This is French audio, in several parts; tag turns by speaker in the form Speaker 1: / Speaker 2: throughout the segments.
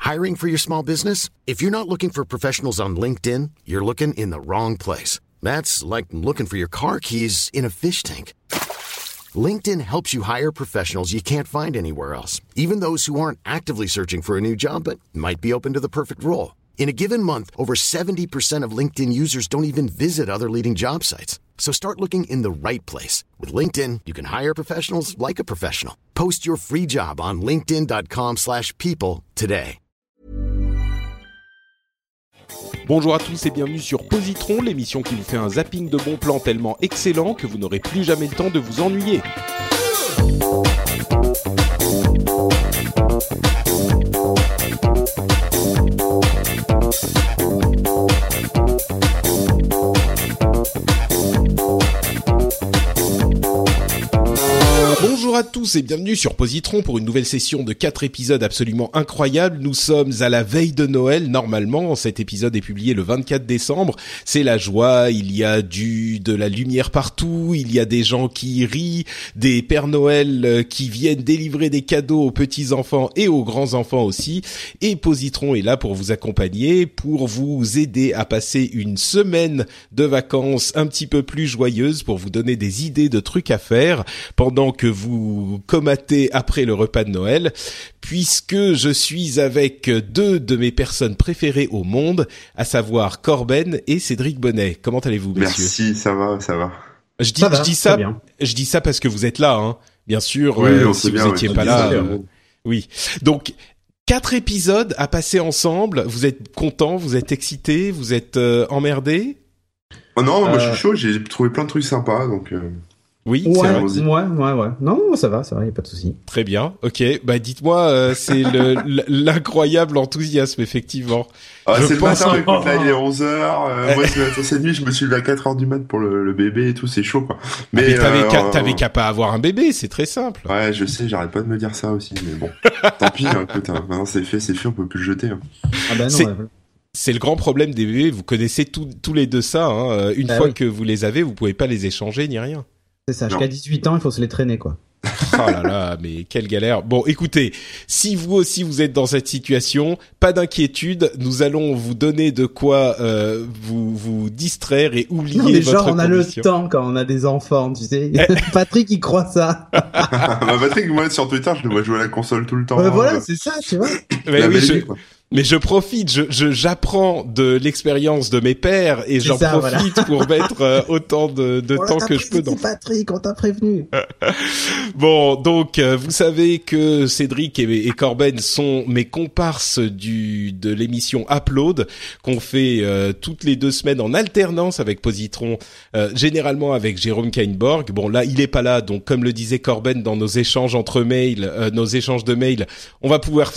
Speaker 1: Hiring for your small business? If you're not looking for professionals on LinkedIn, you're looking in the wrong place. That's like looking for your car keys in a fish tank. LinkedIn helps you hire professionals you can't find anywhere else, even those who aren't actively searching for a new job but might be open to the perfect role. In a given month, over 70% of LinkedIn users don't even visit other leading job sites. So start looking in the right place. With LinkedIn, you can hire professionals like a professional. Post your free job on linkedin.com/people today.
Speaker 2: Bonjour à tous et bienvenue sur Positron, l'émission qui vous fait un zapping de bons plans tellement excellent que vous n'aurez plus jamais le temps de vous ennuyer. Bonjour à tous et bienvenue sur Positron pour une nouvelle session de 4 épisodes absolument incroyables. Nous sommes à la veille de Noël, normalement. Cet épisode est publié le 24 décembre. C'est la joie, il y a de la lumière partout, il y a des gens qui rient, des Pères Noël qui viennent délivrer des cadeaux aux petits-enfants et aux grands-enfants aussi. Et Positron est là pour vous accompagner, pour vous aider à passer une semaine de vacances un petit peu plus joyeuse, pour vous donner des idées de trucs à faire pendant que vous comatez après le repas de Noël, puisque je suis avec deux de mes personnes préférées au monde, à savoir Corben et Cédric Bonnet. Comment allez-vous, messieurs ?
Speaker 3: Merci, ça va.
Speaker 2: Je dis ça parce que vous êtes là, hein. Bien sûr,
Speaker 3: oui,
Speaker 2: si vous étiez pas là, oui. Donc, 4 épisodes à passer ensemble. Vous êtes contents, vous êtes excités, vous êtes emmerdés ?
Speaker 3: Oh non, moi je suis chaud, j'ai trouvé plein de trucs sympas, donc...
Speaker 2: Oui,
Speaker 4: ouais,
Speaker 2: c'est
Speaker 4: vrai. Ouais. Non, ça va, y a pas de souci.
Speaker 2: Très bien. Ok. Bah, dites-moi, c'est l'incroyable enthousiasme, effectivement.
Speaker 3: Ah, c'est le matin, écoute, là, il est 11h, moi, cette nuit, je me suis levé à 4h du mat pour le bébé et tout, c'est chaud, quoi.
Speaker 2: Mais t'avais qu'à pas avoir un bébé, c'est très simple.
Speaker 3: Ouais, je sais, j'arrête pas de me dire ça aussi, mais bon. Tant pis, écoute, maintenant c'est fait, on peut plus le jeter, hein.
Speaker 4: Ah bah non,
Speaker 2: c'est le grand problème des bébés, vous connaissez tous les deux ça, hein. Une fois que vous les avez, vous pouvez pas les échanger ni rien.
Speaker 4: C'est ça, jusqu'à 18 ans, il faut se les traîner, quoi.
Speaker 2: Oh là là, mais quelle galère. Bon, écoutez, si vous aussi vous êtes dans cette situation, pas d'inquiétude, nous allons vous donner de quoi vous distraire et oublier
Speaker 4: non, mais
Speaker 2: votre
Speaker 4: genre, on a
Speaker 2: condition.
Speaker 4: le temps quand on a des enfants, tu sais. Patrick, il croit ça.
Speaker 3: Bah, Patrick, moi, sur Twitter, je le vois jouer à la console tout le temps.
Speaker 4: Voilà, c'est ça, tu vois.
Speaker 2: Mais je profite, j'apprends de l'expérience de mes pères et j'en profite pour mettre autant de temps que je peux dans.
Speaker 4: Patrick, on t'a prévenu.
Speaker 2: Bon, donc vous savez que Cédric et Corben sont mes comparses de l'émission Upload qu'on fait toutes les 2 semaines en alternance avec Positron, généralement avec Jérôme Kainborg. Bon, là il est pas là, donc comme le disait Corben dans nos échanges de mails, on va pouvoir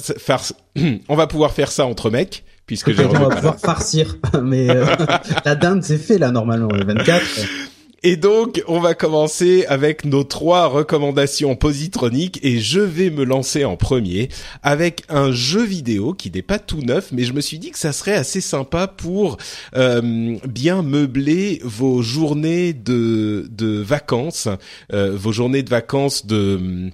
Speaker 2: faire ça entre mecs, puisque Jérôme
Speaker 4: on va pouvoir farcir, mais la dinde c'est fait là normalement le 24.
Speaker 2: Et donc, on va commencer avec nos 3 recommandations positroniques et je vais me lancer en premier avec un jeu vidéo qui n'est pas tout neuf, mais je me suis dit que ça serait assez sympa pour bien meubler vos journées de vacances, vos journées de vacances de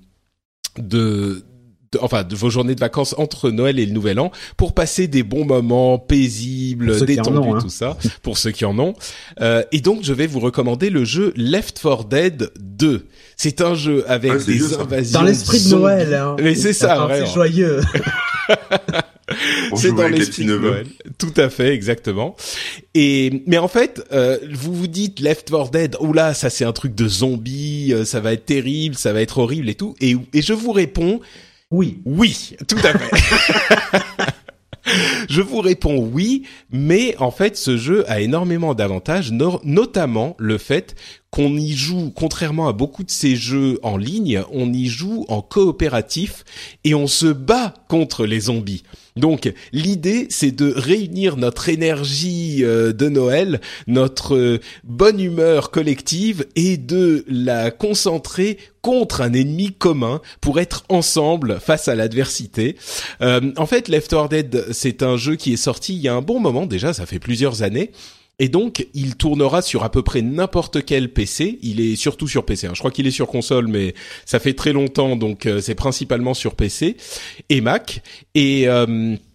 Speaker 2: vos journées de vacances entre Noël et le Nouvel An pour passer des bons moments paisibles, détendus, tout ça, pour ceux qui en ont. Et donc, je vais vous recommander le jeu Left 4 Dead 2. C'est un jeu avec des invasions.
Speaker 4: Dans l'esprit de Noël, hein.
Speaker 2: Mais c'est ça, vraiment.
Speaker 4: C'est joyeux.
Speaker 2: C'est dans l'esprit de Noël. Tout à fait, exactement. Mais en fait, vous vous dites Left 4 Dead, oula, ça c'est un truc de zombie, ça va être terrible, ça va être horrible et tout. Et je vous réponds, oui, tout à fait. Je vous réponds oui, mais en fait, ce jeu a énormément d'avantages, notamment le fait qu'on y joue, contrairement à beaucoup de ces jeux en ligne, on y joue en coopératif et on se bat contre les zombies. Donc, l'idée, c'est de réunir notre énergie de Noël, notre bonne humeur collective et de la concentrer contre un ennemi commun pour être ensemble face à l'adversité. En fait, Left 4 Dead, c'est un jeu qui est sorti il y a un bon moment déjà, ça fait plusieurs années. Et donc, il tournera sur à peu près n'importe quel PC. Il est surtout sur PC. Je crois qu'il est sur console, mais ça fait très longtemps, donc c'est principalement sur PC et Mac. Et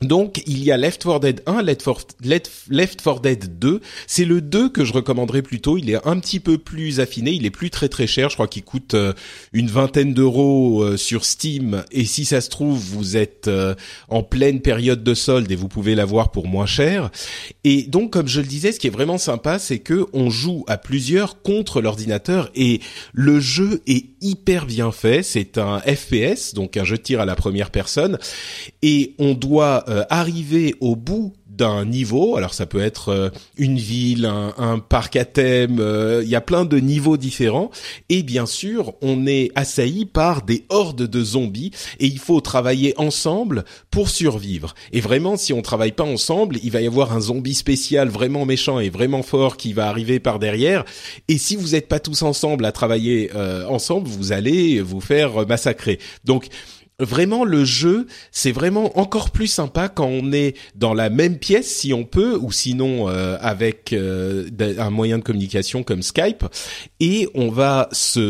Speaker 2: Donc, il y a Left 4 Dead 1, Left 4 Dead 2. C'est le 2 que je recommanderais plutôt. Il est un petit peu plus affiné. Il est plus très très cher. Je crois qu'il coûte une vingtaine d'euros sur Steam. Et si ça se trouve, vous êtes en pleine période de solde et vous pouvez l'avoir pour moins cher. Et donc, comme je le disais, ce qui est vraiment sympa, c'est que on joue à plusieurs contre l'ordinateur et le jeu est hyper bien fait. C'est un FPS, donc un jeu de tir à la première personne. Et on doit arriver au bout d'un niveau. Alors ça peut être une ville, un parc à thème, il y a plein de niveaux différents et bien sûr on est assailli par des hordes de zombies et il faut travailler ensemble pour survivre. Et vraiment, si on travaille pas ensemble, il va y avoir un zombie spécial vraiment méchant et vraiment fort qui va arriver par derrière, et si vous êtes pas tous ensemble à travailler ensemble, vous allez vous faire massacrer. Donc vraiment, le jeu, c'est vraiment encore plus sympa quand on est dans la même pièce, si on peut, ou sinon avec un moyen de communication comme Skype, et on va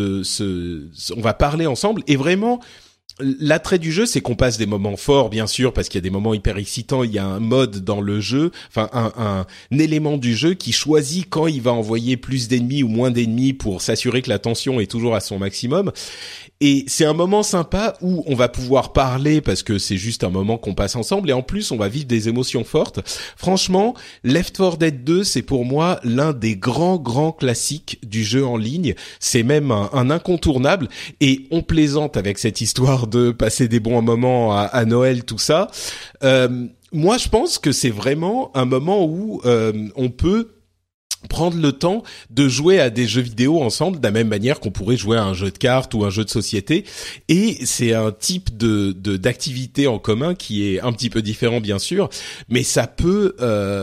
Speaker 2: on va parler ensemble. Et vraiment, l'attrait du jeu, c'est qu'on passe des moments forts, bien sûr, parce qu'il y a des moments hyper excitants. Il y a un mode dans le jeu, enfin un élément du jeu qui choisit quand il va envoyer plus d'ennemis ou moins d'ennemis pour s'assurer que la tension est toujours à son maximum. Et c'est un moment sympa où on va pouvoir parler parce que c'est juste un moment qu'on passe ensemble et en plus on va vivre des émotions fortes. Franchement, Left 4 Dead 2, c'est pour moi l'un des grands classiques du jeu en ligne. C'est même un incontournable et on plaisante avec cette histoire de passer des bons moments à Noël, tout ça. Moi, je pense que c'est vraiment un moment où on peut prendre le temps de jouer à des jeux vidéo ensemble de la même manière qu'on pourrait jouer à un jeu de cartes ou un jeu de société, et c'est un type d'activité en commun qui est un petit peu différent bien sûr, mais ça peut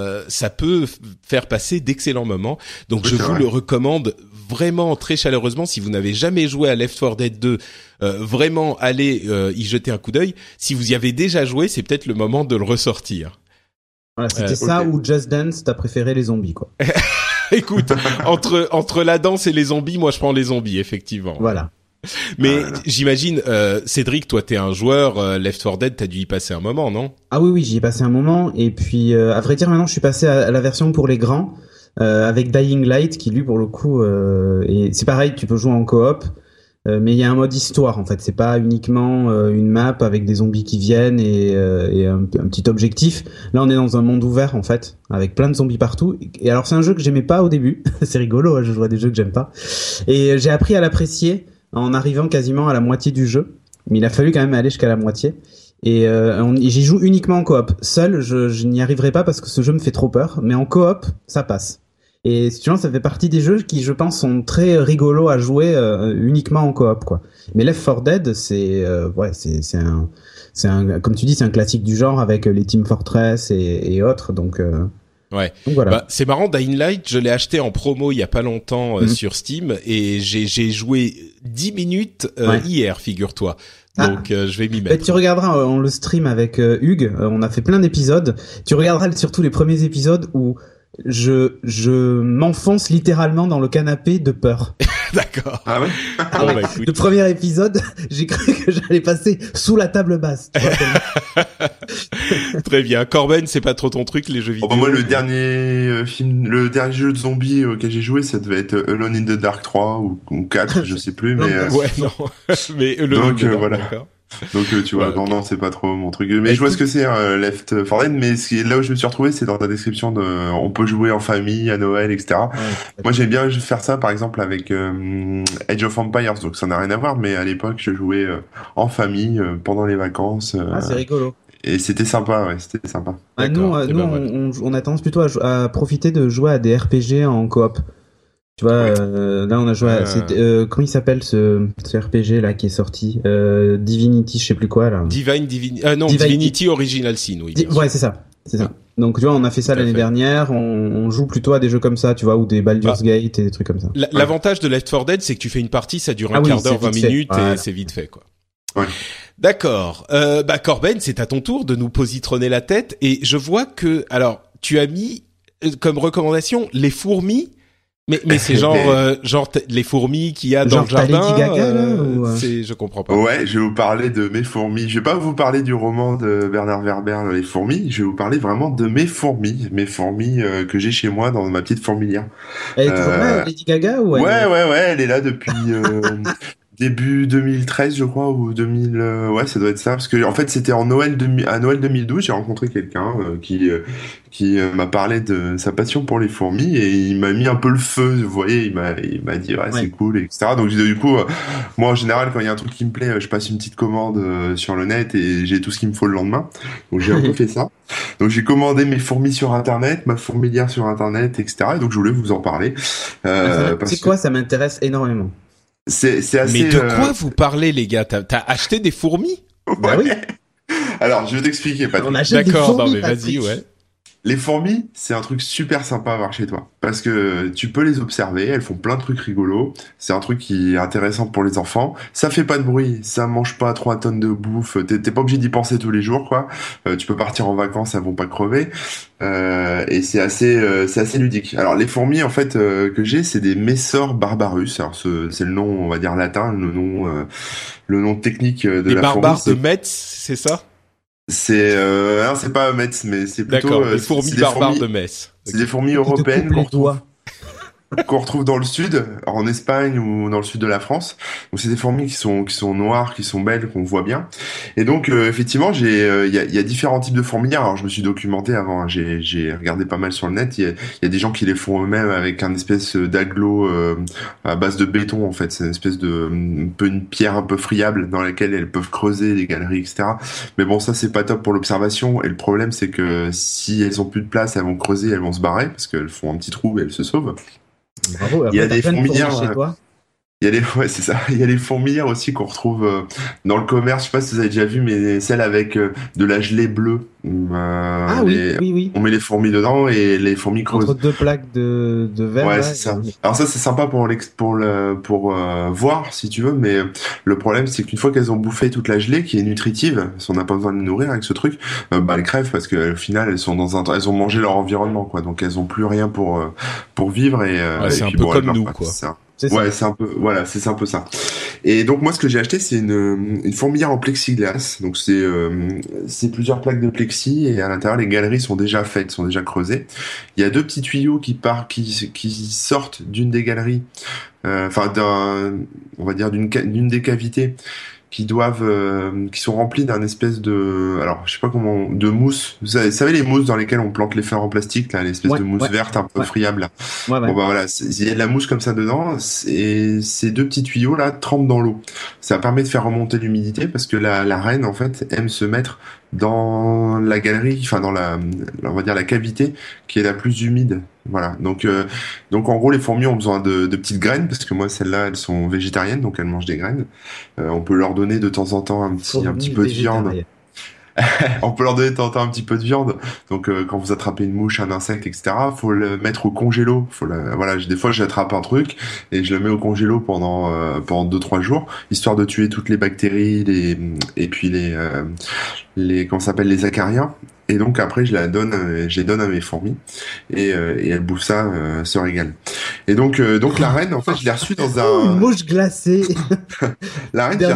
Speaker 2: faire passer d'excellents moments. Donc je vous le recommande vraiment très chaleureusement. Si vous n'avez jamais joué à Left 4 Dead 2, vraiment allez y jeter un coup d'œil. Si vous y avez déjà joué, c'est peut-être le moment de le ressortir.
Speaker 4: Voilà, c'était ça ou Just Dance, t'as préféré les zombies, quoi.
Speaker 2: Écoute, entre la danse et les zombies, moi je prends les zombies, effectivement.
Speaker 4: Voilà.
Speaker 2: Mais j'imagine, Cédric, toi t'es un joueur, Left 4 Dead, t'as dû y passer un moment, non?
Speaker 4: Ah oui, j'y ai passé un moment, et puis à vrai dire maintenant je suis passé à la version pour les grands, avec Dying Light, qui lui pour le coup, et c'est pareil, tu peux jouer en coop. Mais il y a un mode histoire en fait, c'est pas uniquement une map avec des zombies qui viennent et un petit objectif. Là on est dans un monde ouvert en fait, avec plein de zombies partout. Et alors c'est un jeu que j'aimais pas au début, c'est rigolo, hein, je joue à des jeux que j'aime pas. Et j'ai appris à l'apprécier en arrivant quasiment à la moitié du jeu, mais il a fallu quand même aller jusqu'à la moitié. Et j'y joue uniquement en coop. Seul, je n'y arriverai pas parce que ce jeu me fait trop peur, mais en coop, ça passe. Et si tu vois, ça fait partie des jeux qui, je pense, sont très rigolos à jouer uniquement en coop, quoi. Mais Left 4 Dead, c'est un, comme tu dis, c'est un classique du genre avec les Team Fortress et autres, donc.
Speaker 2: Ouais.
Speaker 4: Donc voilà.
Speaker 2: Bah, c'est marrant, Dying Light, je l'ai acheté en promo il y a pas longtemps sur Steam et j'ai joué 10 minutes hier, figure-toi. Donc je vais m'y mettre.
Speaker 4: Tu regarderas, on le stream avec Hugues, on a fait plein d'épisodes. Tu regarderas surtout les premiers épisodes où je m'enfonce littéralement dans le canapé de peur.
Speaker 2: D'accord.
Speaker 3: Ah ouais?
Speaker 4: Ah ouais.
Speaker 2: Bah,
Speaker 4: le premier épisode, j'ai cru que j'allais passer sous la table basse.
Speaker 2: Très bien. Corben, c'est pas trop ton truc, les jeux vidéo?
Speaker 3: Oh, bah moi, le dernier jeu de zombies auquel j'ai joué, ça devait être Alone in the Dark 3 ou 4, je sais plus, mais...
Speaker 2: Ouais, non. Mais
Speaker 3: donc, voilà.
Speaker 2: D'accord.
Speaker 3: Donc tu vois,
Speaker 2: okay.
Speaker 3: Non, c'est pas trop mon truc. Mais je vois ce que c'est Left 4 Dead, mais là où je me suis retrouvé, c'est dans ta description de on peut jouer en famille, à Noël, etc. Ouais, moi j'aime bien faire ça par exemple avec Age of Empires, donc ça n'a rien à voir, mais à l'époque je jouais en famille pendant les vacances.
Speaker 4: C'est rigolo.
Speaker 3: Et c'était sympa, ouais, c'était sympa.
Speaker 4: Nous on a tendance plutôt à profiter de jouer à des RPG en coop. Tu vois, là on a joué à comment il s'appelle ce RPG là qui est sorti, Divinity, je sais plus quoi là.
Speaker 2: Divinity Original Sin, oui.
Speaker 4: Ouais, c'est ça. Donc tu vois, on a fait ça l'année dernière, on joue plutôt à des jeux comme ça, tu vois, ou des Baldur's Gate et des trucs comme ça.
Speaker 2: L'avantage de Left 4 Dead, c'est que tu fais une partie, ça dure un quart d'heure, 20 minutes et c'est vite fait, quoi.
Speaker 3: Ouais.
Speaker 2: D'accord. Corben, c'est à ton tour de nous positronner la tête, et je vois que, alors, tu as mis comme recommandation les fourmis. Mais c'est genre les fourmis qu'il y a dans
Speaker 4: genre
Speaker 2: le jardin.
Speaker 4: Lady Gaga, là, ou...
Speaker 2: Je comprends pas.
Speaker 3: Ouais, je vais vous parler de mes fourmis. Je vais pas vous parler du roman de Bernard Werber, Les fourmis. Je vais vous parler vraiment de mes fourmis que j'ai chez moi dans ma petite fourmilière.
Speaker 4: Elle est toujours là, Lady Gaga, ou
Speaker 3: ouais, elle est là depuis début 2013, je crois, ou 2000. Ouais, ça doit être ça, parce que en fait, c'était à Noël 2012, j'ai rencontré quelqu'un qui m'a parlé de sa passion pour les fourmis et il m'a mis un peu le feu. Vous voyez, il m'a dit c'est cool, etc. Donc du coup, moi en général, quand il y a un truc qui me plaît, je passe une petite commande sur le net et j'ai tout ce qu'il me faut le lendemain. Donc j'ai un peu fait ça. Donc j'ai commandé mes fourmis sur internet, ma fourmilière sur internet, etc. Et donc je voulais vous en parler.
Speaker 4: C'est quoi, ça m'intéresse énormément.
Speaker 3: C'est assez.
Speaker 2: Mais de quoi vous parlez, les gars? T'as acheté des fourmis?
Speaker 3: Bah oui. Alors, je vais t'expliquer, Patrick.
Speaker 4: On achète des
Speaker 2: D'accord,
Speaker 4: fourmis,
Speaker 2: non mais vas-y, ouais.
Speaker 3: Les fourmis, c'est un truc super sympa à avoir chez toi. Parce que tu peux les observer, elles font plein de trucs rigolos. C'est un truc qui est intéressant pour les enfants. Ça fait pas de bruit, ça mange pas 3 tonnes de bouffe. T'es pas obligé d'y penser tous les jours, quoi. Tu peux partir en vacances, elles vont pas crever. Et c'est assez ludique. Alors, les fourmis, en fait, que j'ai, c'est des Messor barbarus. Alors, c'est le nom, on va dire latin, le nom technique de
Speaker 2: les
Speaker 3: la fourmi.
Speaker 2: Les barbares de Metz, c'est ça?
Speaker 3: C'est pas Metz, mais c'est plutôt
Speaker 2: d'accord, les fourmis barbares de Metz.
Speaker 3: C'est des fourmis européennes qu'on retrouve dans le sud, en Espagne ou dans le sud de la France. Donc c'est des fourmis qui sont noires, qui sont belles, qu'on voit bien. Et donc effectivement, il y a différents types de fourmilières. Alors je me suis documenté avant, j'ai regardé pas mal sur le net. Il y a des gens qui les font eux-mêmes avec un espèce d'agglo à base de béton en fait. C'est une espèce de une pierre un peu friable dans laquelle elles peuvent creuser des galeries, etc. Mais bon, ça c'est pas top pour l'observation. Et le problème c'est que si elles ont plus de place, elles vont creuser, elles vont se barrer parce qu'elles font un petit trou et elles se sauvent.
Speaker 4: Bravo,
Speaker 3: il y a des fourmilières
Speaker 4: chez toi.
Speaker 3: C'est ça. Il y a les fourmilières aussi qu'on retrouve dans le commerce. Je sais pas si vous avez déjà vu, mais celles avec de la gelée bleue.
Speaker 4: Oui.
Speaker 3: On met les fourmis dedans et les fourmis creusent.
Speaker 4: Entre deux plaques de verre.
Speaker 3: Ouais, c'est ça. Alors ça, c'est sympa pour voir, si tu veux, mais le problème, c'est qu'une fois qu'elles ont bouffé toute la gelée, qui est nutritive, si on n'a pas besoin de nourrir avec ce truc, elles crèvent parce qu'au final, elles ont mangé leur environnement, quoi. Donc elles ont plus rien pour vivre et
Speaker 2: c'est un peu comme nous, quoi.
Speaker 3: C'est un peu ça. Et donc moi ce que j'ai acheté c'est une fourmilière en plexiglas. Donc c'est plusieurs plaques de plexi et à l'intérieur les galeries sont déjà faites, sont déjà creusées. Il y a deux petits tuyaux qui sortent d'une des galeries, on va dire d'une des cavités qui sont remplis d'un espèce de, alors je sais pas comment, de mousse. Vous savez les mousses dans lesquelles on plante les fleurs en plastique là, l'espèce de mousse verte un peu friable là. Bon bah voilà, il y a de la mousse comme ça dedans et ces deux petits tuyaux là trempent dans l'eau. Ça permet de faire remonter l'humidité parce que la reine en fait aime se mettre dans la galerie, enfin dans on va dire la cavité qui est la plus humide. Voilà. Donc en gros les fourmis ont besoin de petites graines parce que moi celles-là elles sont végétariennes donc elles mangent des graines. On peut leur donner de temps en temps un petit peu de viande. On peut leur donner de temps en temps un petit peu de viande. Donc quand vous attrapez une mouche, un insecte, etc., faut le mettre au congélo. Des fois j'attrape un truc et je le mets au congélo pendant 2-3 jours, histoire de tuer toutes les bactéries, et puis les comment ça s'appelle, les acariens. Et donc après je les donne à mes fourmis et elles bouffent ça, se régalent. Et donc la reine en fait je l'ai reçue dans
Speaker 4: une mouche glacée.
Speaker 3: La reine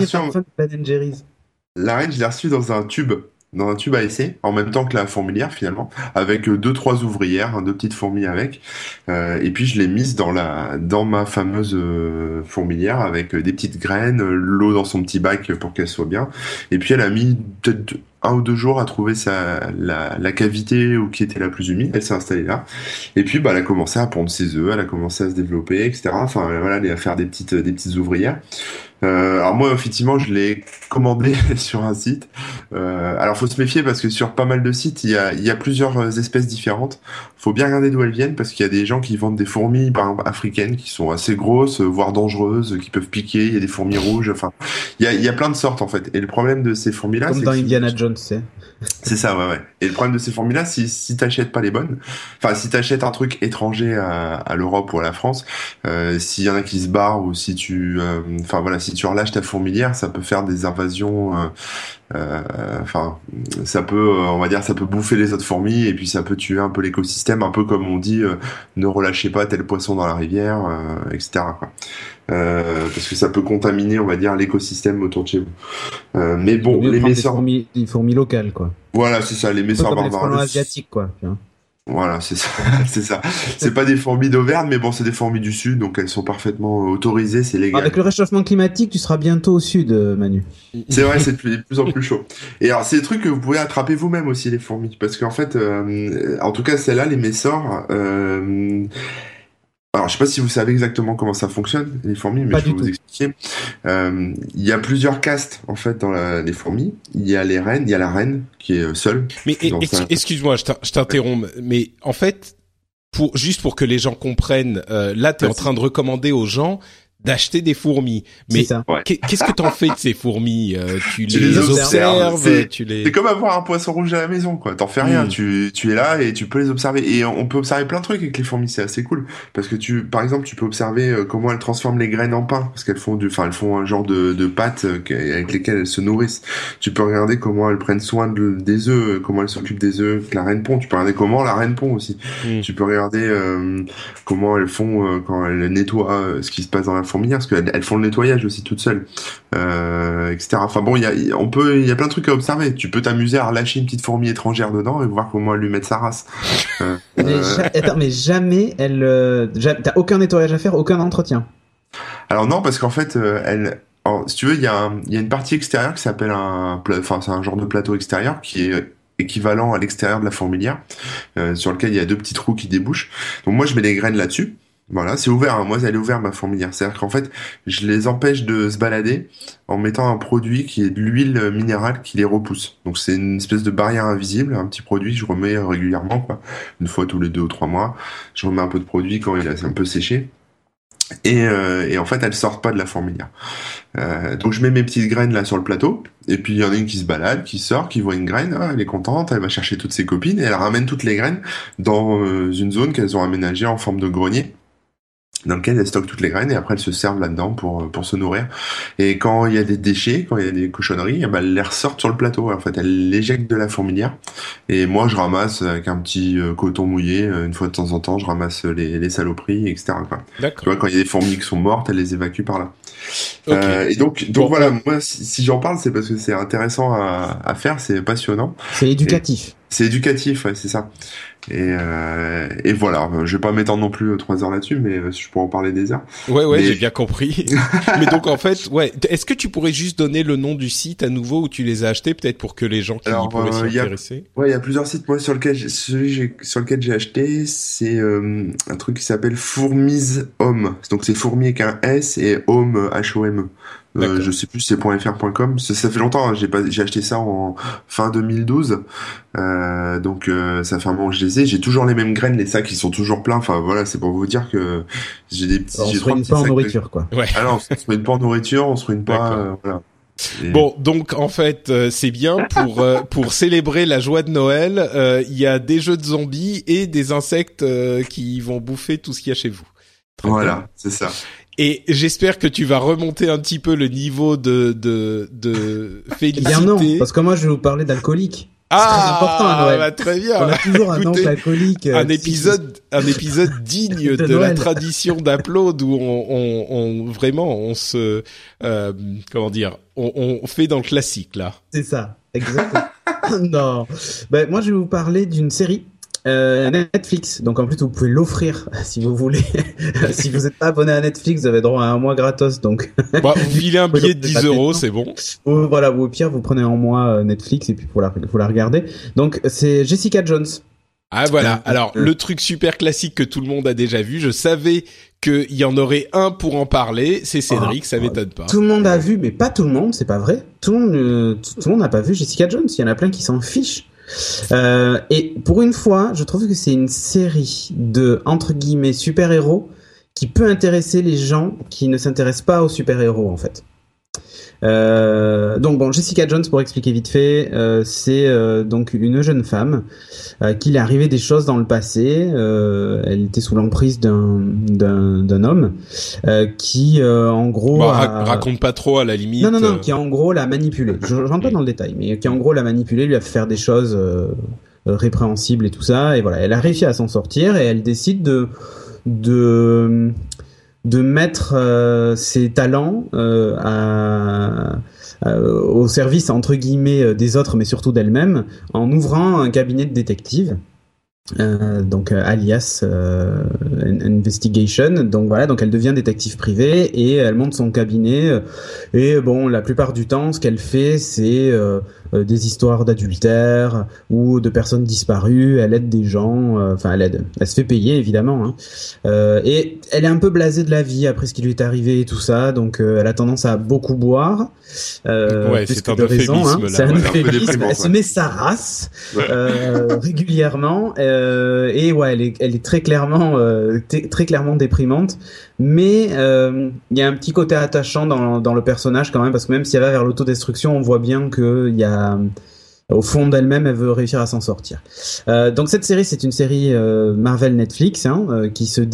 Speaker 4: La
Speaker 3: reine je l'ai reçue dans un tube à essai, en même temps que la fourmilière finalement, avec 2-3 ouvrières, 2 petites fourmis avec, et puis je l'ai mise dans ma fameuse fourmilière avec des petites graines, l'eau dans son petit bac pour qu'elle soit bien, et puis elle a mis peut-être 1 ou 2 jours à trouver la cavité où qui était la plus humide, elle s'est installée là, et puis elle a commencé à pondre ses œufs, elle a commencé à se développer, etc. Enfin voilà, elle a faire des petites ouvrières. Alors moi effectivement je l'ai commandé sur un site. Alors faut se méfier parce que sur pas mal de sites il y a plusieurs espèces différentes. Faut bien regarder d'où elles viennent parce qu'il y a des gens qui vendent des fourmis par exemple africaines qui sont assez grosses, voire dangereuses, qui peuvent piquer. Il y a des fourmis rouges. Enfin il y a plein de sortes en fait. Et le problème de ces fourmis là,
Speaker 4: comme
Speaker 3: c'est
Speaker 4: dans Indiana Jones, c'est.
Speaker 3: C'est ça, ouais. Et le problème de ces fourmis là, si t'achètes pas les bonnes, enfin si t'achètes un truc étranger à l'Europe ou à la France, s'il y en a qui se barrent ou si tu, enfin voilà, si si tu relâches ta fourmilière, ça peut faire des invasions. Enfin, ça peut, on va dire, ça peut bouffer les autres fourmis et puis ça peut tuer un peu l'écosystème, un peu comme on dit, ne relâchez pas tel poisson dans la rivière, etc. Quoi. Parce que ça peut contaminer, on va dire, l'écosystème autour de chez vous. Mais bon, les messeurs,
Speaker 4: des fourmis locales, quoi.
Speaker 3: voilà, c'est ça, les messeurs barbares
Speaker 4: asiatiques, quoi.
Speaker 3: Voilà, c'est ça, c'est ça. C'est pas des fourmis d'Auvergne, mais bon, c'est des fourmis du sud, donc elles sont parfaitement autorisées, c'est légal.
Speaker 4: Avec le réchauffement climatique, tu seras bientôt au sud, Manu.
Speaker 3: C'est vrai, c'est de plus en plus chaud. Et alors, c'est des trucs que vous pouvez attraper vous-même aussi, les fourmis, parce qu'en fait, en tout cas, celles-là, les messors, alors, je sais pas si vous savez exactement comment ça fonctionne, les fourmis, mais je peux vous expliquer. Il y a plusieurs castes, en fait, dans les fourmis. Il y a les reines, il y a la reine, qui est seule.
Speaker 2: Mais excuse-moi, je t'interromps, mais en fait, juste pour que les gens comprennent, là, t'es en train de recommander aux gens d'acheter des fourmis. Mais qu'est-ce que t'en fais de ces fourmis? Tu les observes,
Speaker 3: C'est comme avoir un poisson rouge à la maison, quoi. T'en fais rien. Tu es là et tu peux les observer. Et on peut observer plein de trucs avec les fourmis. C'est assez cool. Parce que par exemple, tu peux observer comment elles transforment les graines en pain. Parce qu'elles font elles font un genre de pâtes avec lesquelles elles se nourrissent. Tu peux regarder comment elles prennent soin des œufs, comment elles s'occupent des œufs que la reine pond. Tu peux regarder comment la reine pond aussi. Tu peux regarder comment elles font quand elles nettoient ce qui se passe dans la fourmilière, parce qu'elles font le nettoyage aussi toutes seules, etc. Enfin bon, il y a plein de trucs à observer. Tu peux t'amuser à relâcher une petite fourmi étrangère dedans et voir comment elle lui met sa race.
Speaker 4: Mais jamais t'as aucun nettoyage à faire, aucun entretien.
Speaker 3: Alors non, parce qu'en fait, alors, si tu veux, il y a une partie extérieure qui s'appelle c'est un genre de plateau extérieur qui est équivalent à l'extérieur de la fourmilière, sur lequel il y a 2 petits trous qui débouchent. Donc moi, je mets les graines là-dessus. Voilà, c'est ouvert, hein. Moi, elle est ouverte, ma fourmilière. C'est-à-dire qu'en fait, je les empêche de se balader en mettant un produit qui est de l'huile minérale qui les repousse. Donc, c'est une espèce de barrière invisible, un petit produit que je remets régulièrement, quoi. Une fois tous les 2 ou 3 mois. Je remets un peu de produit quand il est un peu séché. Et en fait, elles sortent pas de la fourmilière. Donc, je mets mes petites graines là sur le plateau. Et puis, il y en a une qui se balade, qui sort, qui voit une graine. Elle est contente, elle va chercher toutes ses copines et elle ramène toutes les graines dans une zone qu'elles ont aménagée en forme de grenier, dans lequel elles stockent toutes les graines et après elles se servent là-dedans pour se nourrir. Et quand il y a des déchets, quand il y a des cochonneries, elles les ressortent sur le plateau. En fait, elles l'éjectent de la fourmilière. Et moi, je ramasse avec un petit coton mouillé, une fois de temps en temps, je ramasse les saloperies, etc. Quoi.
Speaker 2: D'accord.
Speaker 3: Tu vois, quand il y a des fourmis qui sont mortes, elles les évacuent par là. Okay. Et donc voilà, moi, si j'en parle, c'est parce que c'est intéressant à faire, c'est passionnant.
Speaker 4: C'est éducatif.
Speaker 3: C'est éducatif, ouais, c'est ça. Et voilà, je vais pas m'étendre non plus 3 heures là-dessus, mais je pourrais en parler des heures.
Speaker 2: Ouais, j'ai bien compris. Mais donc en fait, est-ce que tu pourrais juste donner le nom du site à nouveau où tu les as achetés, peut-être pour que les gens qui pourraient s'y intéresser?
Speaker 3: Il y a plusieurs sites. Moi, sur lequel j'ai acheté, c'est un truc qui s'appelle Fourmis Home. Donc c'est fourmi avec un S et Home Home. Je sais plus si c'est .fr.com. Ça fait longtemps, hein, j'ai acheté ça en fin 2012. Donc ça fait un moment que je les ai. J'ai toujours les mêmes graines, les sacs ils sont toujours pleins. Enfin voilà, c'est pour vous dire que j'ai des petits.
Speaker 4: On se ruine pas en nourriture, quoi.
Speaker 2: Ouais.
Speaker 3: Ah non, on se ruine pas en nourriture, on se ruine pas. Voilà.
Speaker 2: Bon, donc en fait, c'est bien pour célébrer la joie de Noël. Il y a des jeux de zombies et des insectes qui vont bouffer tout ce qu'il y a chez vous. Très
Speaker 3: voilà,
Speaker 2: bien.
Speaker 3: c'est ça.
Speaker 2: Et j'espère que tu vas remonter un petit peu le niveau de félicité.
Speaker 4: Bien non, parce que moi je vais vous parler d'alcoolique.
Speaker 2: C'est
Speaker 4: très important à Noël.
Speaker 2: Bah, très bien.
Speaker 4: On a toujours un oncle alcoolique.
Speaker 2: Un épisode digne de la tradition d'Upload où on vraiment on se on fait dans le classique là.
Speaker 4: C'est ça, exactement. Non. Ben moi je vais vous parler d'une série Netflix, donc en plus vous pouvez l'offrir si vous voulez. Si vous n'êtes pas abonné à Netflix, vous avez droit à un mois gratos, donc.
Speaker 2: Bah, vous filez un billet de 10 €, c'est bon.
Speaker 4: Voilà, ou au pire vous prenez un mois Netflix et puis faut la regarder. Donc c'est Jessica Jones.
Speaker 2: Ah voilà, alors le truc super classique que tout le monde a déjà vu, je savais qu'il y en aurait un pour en parler, c'est Cédric, ça m'étonne pas.
Speaker 4: Tout le monde a vu, mais pas tout le monde, c'est pas vrai. Tout le monde n'a pas vu Jessica Jones, il y en a plein qui s'en fichent. Et pour une fois, je trouve que c'est une série de, entre guillemets, super-héros qui peut intéresser les gens qui ne s'intéressent pas aux super-héros, en fait. Donc bon, Jessica Jones, pour expliquer vite fait, c'est donc une jeune femme qu'il est arrivé des choses dans le passé. Elle était sous l'emprise d'un homme qui en gros
Speaker 2: raconte pas trop à la limite.
Speaker 4: Non, qui en gros l'a manipulée. Je rentre pas dans le détail, mais qui en gros l'a manipulée, lui a fait faire des choses répréhensibles et tout ça. Et voilà, elle a réussi à s'en sortir et elle décide de mettre ses talents au service entre guillemets des autres, mais surtout d'elle-même, en ouvrant un cabinet de détective. Donc alias Investigation. Donc voilà, donc elle devient détective privée et elle monte son cabinet. Et bon, la plupart du temps, ce qu'elle fait, c'est des histoires d'adultère ou de personnes disparues. Elle aide des gens. Enfin, elle se fait payer évidemment. Hein. Et elle est un peu blasée de la vie après ce qui lui est arrivé et tout ça. Donc elle a tendance à beaucoup boire.
Speaker 2: Ouais, c'est un euphémisme là.
Speaker 4: C'est un euphémisme. Elle se met sa race régulièrement. Et ouais, elle est très clairement déprimante, mais il y a un petit côté attachant dans le personnage quand même, parce que même si elle va vers l'autodestruction, on voit bien que il y a au fond d'elle-même, elle veut réussir à s'en sortir. Donc cette série, c'est une série Marvel Netflix qui se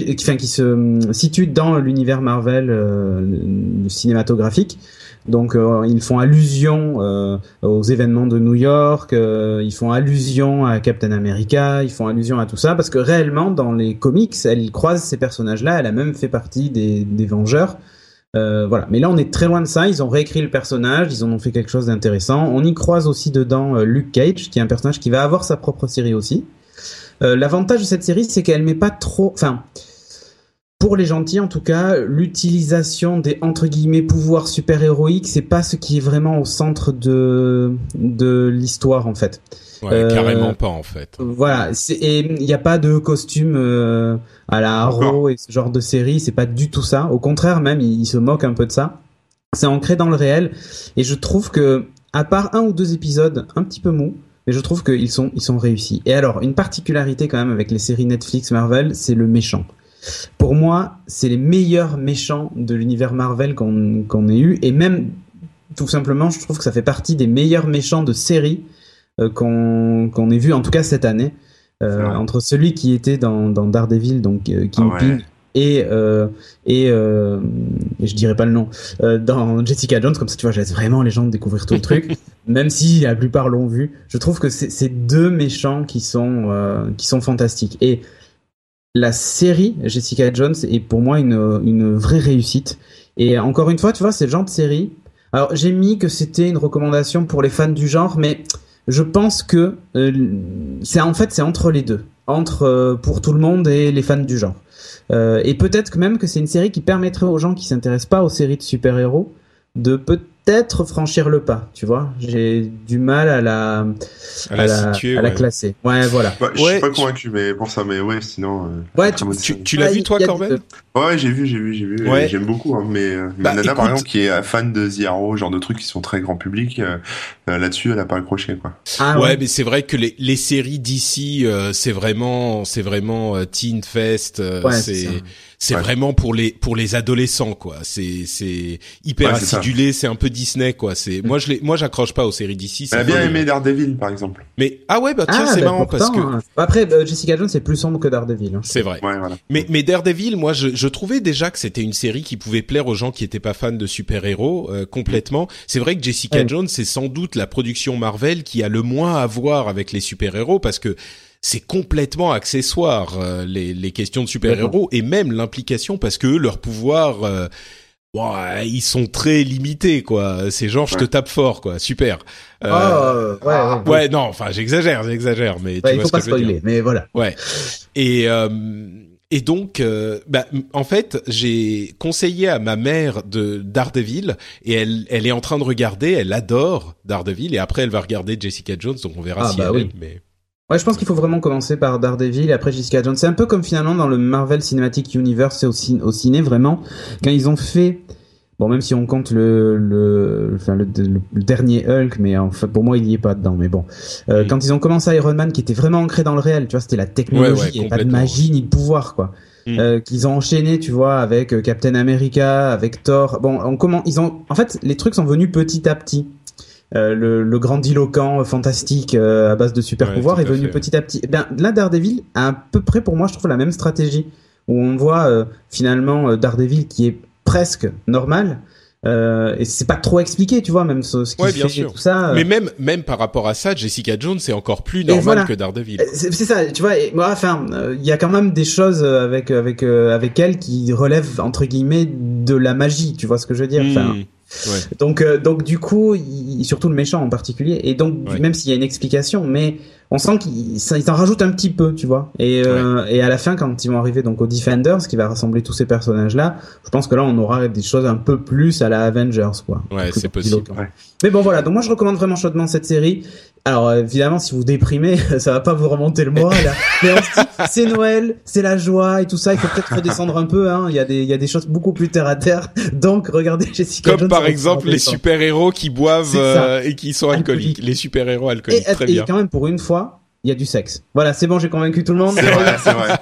Speaker 4: situe dans l'univers Marvel cinématographique. Donc ils font allusion aux événements de New York, ils font allusion à Captain America, ils font allusion à tout ça, parce que réellement dans les comics, elle croise ces personnages-là, elle a même fait partie des Vengeurs. Voilà. Mais là on est très loin de ça, ils ont réécrit le personnage, ils en ont fait quelque chose d'intéressant. On y croise aussi dedans Luke Cage, qui est un personnage qui va avoir sa propre série aussi. L'avantage de cette série, c'est qu'elle met pas trop... Enfin, pour les gentils, en tout cas, l'utilisation des entre guillemets pouvoirs super-héroïques, c'est pas ce qui est vraiment au centre de l'histoire en fait.
Speaker 2: Ouais, carrément pas en fait.
Speaker 4: Voilà, et il n'y a pas de costume à la Arrow et ce genre de série, c'est pas du tout ça. Au contraire, même, il se moque un peu de ça. C'est ancré dans le réel, et je trouve que, à part 1 ou 2 épisodes un petit peu mous, mais je trouve qu'ils sont réussis. Et alors, une particularité quand même avec les séries Netflix Marvel, c'est le méchant. Pour moi, c'est les meilleurs méchants de l'univers Marvel qu'on ait eu, et même tout simplement, je trouve que ça fait partie des meilleurs méchants de séries qu'on ait vu, en tout cas cette année, entre celui qui était dans Daredevil, donc Kingpin, et je dirais pas le nom, dans Jessica Jones, comme ça tu vois, je laisse vraiment les gens découvrir tout le truc, même si la plupart l'ont vu. Je trouve que c'est deux méchants qui sont fantastiques. Et la série Jessica Jones est pour moi une vraie réussite. Et encore une fois, tu vois, c'est le genre de série. Alors, j'ai mis que c'était une recommandation pour les fans du genre, mais je pense que c'est entre les deux, pour tout le monde et les fans du genre. Et peut-être même que c'est une série qui permettrait aux gens qui s'intéressent pas aux séries de super-héros de peut-être franchir le pas, tu vois. J'ai du mal à la classer. Ouais, voilà.
Speaker 3: Bah, je suis pas convaincu, mais pour ça, mais ouais, sinon.
Speaker 4: Ouais,
Speaker 2: tu l'as vu toi, Corben?
Speaker 3: Ouais, j'ai vu.
Speaker 2: Ouais.
Speaker 3: J'aime beaucoup, hein, mais Nana, par exemple, qui est fan de The Arrow, genre de trucs qui sont très grand public, là-dessus, elle a pas accroché, quoi.
Speaker 2: Ah, ouais, mais c'est vrai que les séries d'ici, c'est vraiment Teen Fest, c'est vraiment pour les adolescents, quoi. C'est hyper acidulé, c'est un peu Disney, quoi. Moi j'accroche pas aux séries d'ici.
Speaker 3: Elle a bien aimé Daredevil, par exemple.
Speaker 2: Mais tiens, c'est marrant parce que
Speaker 4: après Jessica Jones c'est plus sombre que Daredevil. Hein.
Speaker 2: C'est vrai.
Speaker 3: Ouais, voilà.
Speaker 2: Mais Daredevil, moi je trouvais déjà que c'était une série qui pouvait plaire aux gens qui étaient pas fans de super-héros complètement. C'est vrai que Jessica Jones c'est sans doute la production Marvel qui a le moins à voir avec les super-héros, parce que c'est complètement accessoire, les questions de super-héros, et même l'implication, parce que leurs pouvoirs, ils sont très limités, quoi. C'est genre, je te tape fort, quoi. Super. Ouais, non, enfin, j'exagère, mais tu vois ce que je veux dire.
Speaker 4: Mais voilà.
Speaker 2: Ouais. Et donc, en fait, j'ai conseillé à ma mère de Daredevil, et elle est en train de regarder, elle adore Daredevil, et après elle va regarder Jessica Jones, donc on verra si elle aime, mais...
Speaker 4: Ouais, je pense qu'il faut vraiment commencer par Daredevil et après Jessica Jones. C'est un peu comme finalement dans le Marvel Cinematic Universe, c'est au ciné vraiment, quand ils ont fait Bon, même si on compte le dernier Hulk, mais en fait, pour moi, il y est pas dedans. Mais bon, quand ils ont commencé Iron Man, qui était vraiment ancré dans le réel, tu vois, c'était la technologie, il n'y avait pas de magie ni de pouvoir, quoi. Qu'ils ont enchaîné, tu vois, avec Captain America, avec Thor. Bon, en fait, les trucs sont venus petit à petit. Le grandiloquent fantastique à base de super pouvoirs est venu petit à petit. Bien, là, Daredevil a à peu près, pour moi, je trouve, la même stratégie, où on voit finalement Daredevil qui est presque normal, et c'est pas trop expliqué, tu vois, même ce qu'il fait et tout ça.
Speaker 2: Mais même par rapport à ça, Jessica Jones c'est encore plus normal que Daredevil.
Speaker 4: C'est ça, tu vois. Il y a quand même des choses avec elle qui relèvent entre guillemets de la magie, tu vois ce que je veux dire. Donc du coup, surtout le méchant en particulier, et donc même s'il y a une explication, mais on sent qu'ils en rajoutent un petit peu, tu vois. Et à la fin, quand ils vont arriver donc aux Defenders, qui va rassembler tous ces personnages-là, je pense que là on aura des choses un peu plus à la Avengers, quoi.
Speaker 2: Ouais, c'est possible.
Speaker 4: Mais bon, voilà. Donc moi je recommande vraiment chaudement cette série. Alors évidemment, si vous déprimez, ça va pas vous remonter le moral. Là. Mais on se dit, c'est Noël, c'est la joie et tout ça. Il faut peut-être redescendre un peu. Hein. Il y a des choses beaucoup plus terre à terre. Donc regardez Jessica Jones.
Speaker 2: Comme par exemple les super-héros qui boivent et qui sont alcooliques. Les super-héros alcooliques. Très bien.
Speaker 4: Et quand même, pour une fois, il y a du sexe. Voilà, c'est bon, j'ai convaincu tout le monde.
Speaker 3: C'est vrai.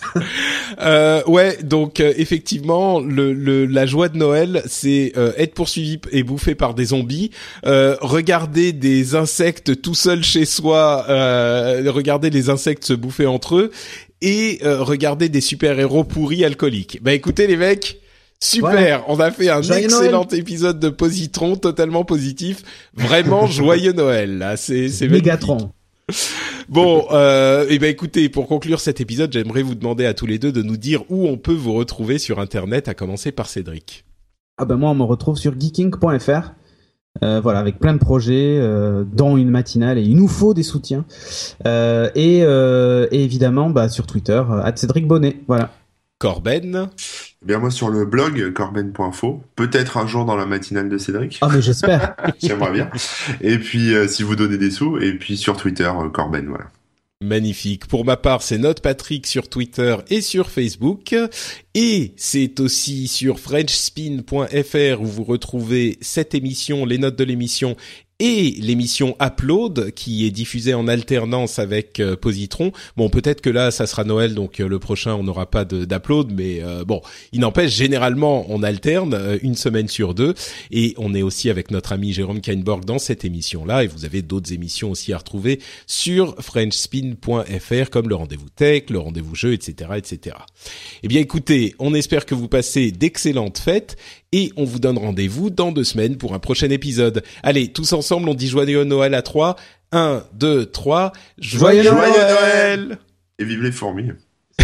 Speaker 2: Ouais, donc effectivement, la joie de Noël, c'est être poursuivi et bouffé par des zombies, regarder des insectes tout seul chez soi, regarder les insectes se bouffer entre eux, et regarder des super-héros pourris alcooliques. Bah écoutez les mecs, super, on a fait un excellent épisode de Positron, totalement positif, vraiment joyeux Noël. Là, c'est
Speaker 4: Mégatron.
Speaker 2: Bon, et ben écoutez, pour conclure cet épisode, j'aimerais vous demander à tous les deux de nous dire où on peut vous retrouver sur Internet, à commencer par Cédric.
Speaker 4: Ah ben moi, on me retrouve sur geeking.fr. Voilà, avec plein de projets, dont une matinale, et il nous faut des soutiens. Et évidemment, sur Twitter, @CédricBonnet. Voilà.
Speaker 2: Corben.
Speaker 3: Eh bien moi sur le blog corben.info, peut-être un jour dans la matinale de Cédric.
Speaker 4: Ah mais j'espère.
Speaker 3: J'aimerais bien. Et puis si vous donnez des sous, et puis sur Twitter Corben, voilà.
Speaker 2: Magnifique. Pour ma part, c'est NotePatrick sur Twitter et sur Facebook. Et c'est aussi sur FrenchSpin.fr où vous retrouvez cette émission, les notes de l'émission et l'émission Upload qui est diffusée en alternance avec Positron. Bon, peut-être que là, ça sera Noël, donc le prochain, on n'aura pas d'Upload, mais bon, il n'empêche, généralement, on alterne une semaine sur deux, et on est aussi avec notre ami Jérôme Kainborg dans cette émission-là, et vous avez d'autres émissions aussi à retrouver sur FrenchSpin.fr, comme le Rendez-vous Tech, le Rendez-vous Jeu, etc., etc. Eh bien, écoutez, on espère que vous passez d'excellentes fêtes, et on vous donne rendez-vous dans 2 semaines pour un prochain épisode. Allez, tous ensemble, on dit joyeux Noël à 3. 1, 2, 3. Joyeux Noël!
Speaker 3: Et vive les fourmis.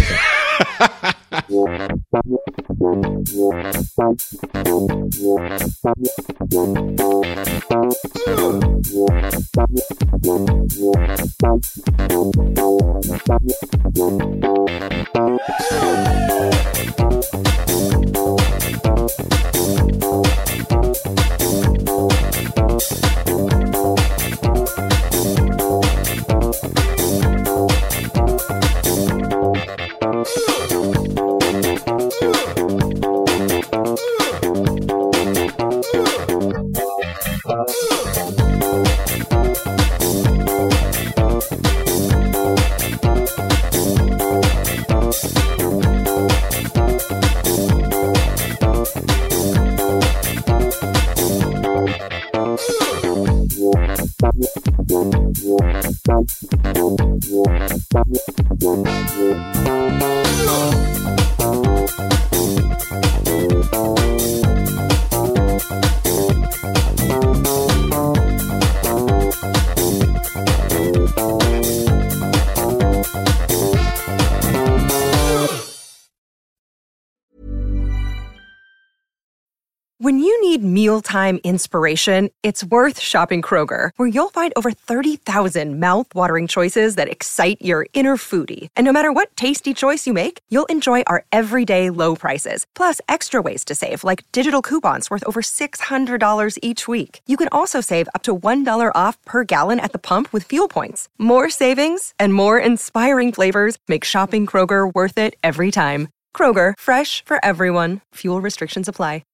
Speaker 5: When you need mealtime inspiration, it's worth shopping Kroger, where you'll find over 30,000 mouth-watering choices that excite your inner foodie. And no matter what tasty choice you make, you'll enjoy our everyday low prices, plus extra ways to save, like digital coupons worth over $600 each week. You can also save up to $1 off per gallon at the pump with fuel points. More savings and more inspiring flavors make shopping Kroger worth it every time. Kroger, fresh for everyone. Fuel restrictions apply.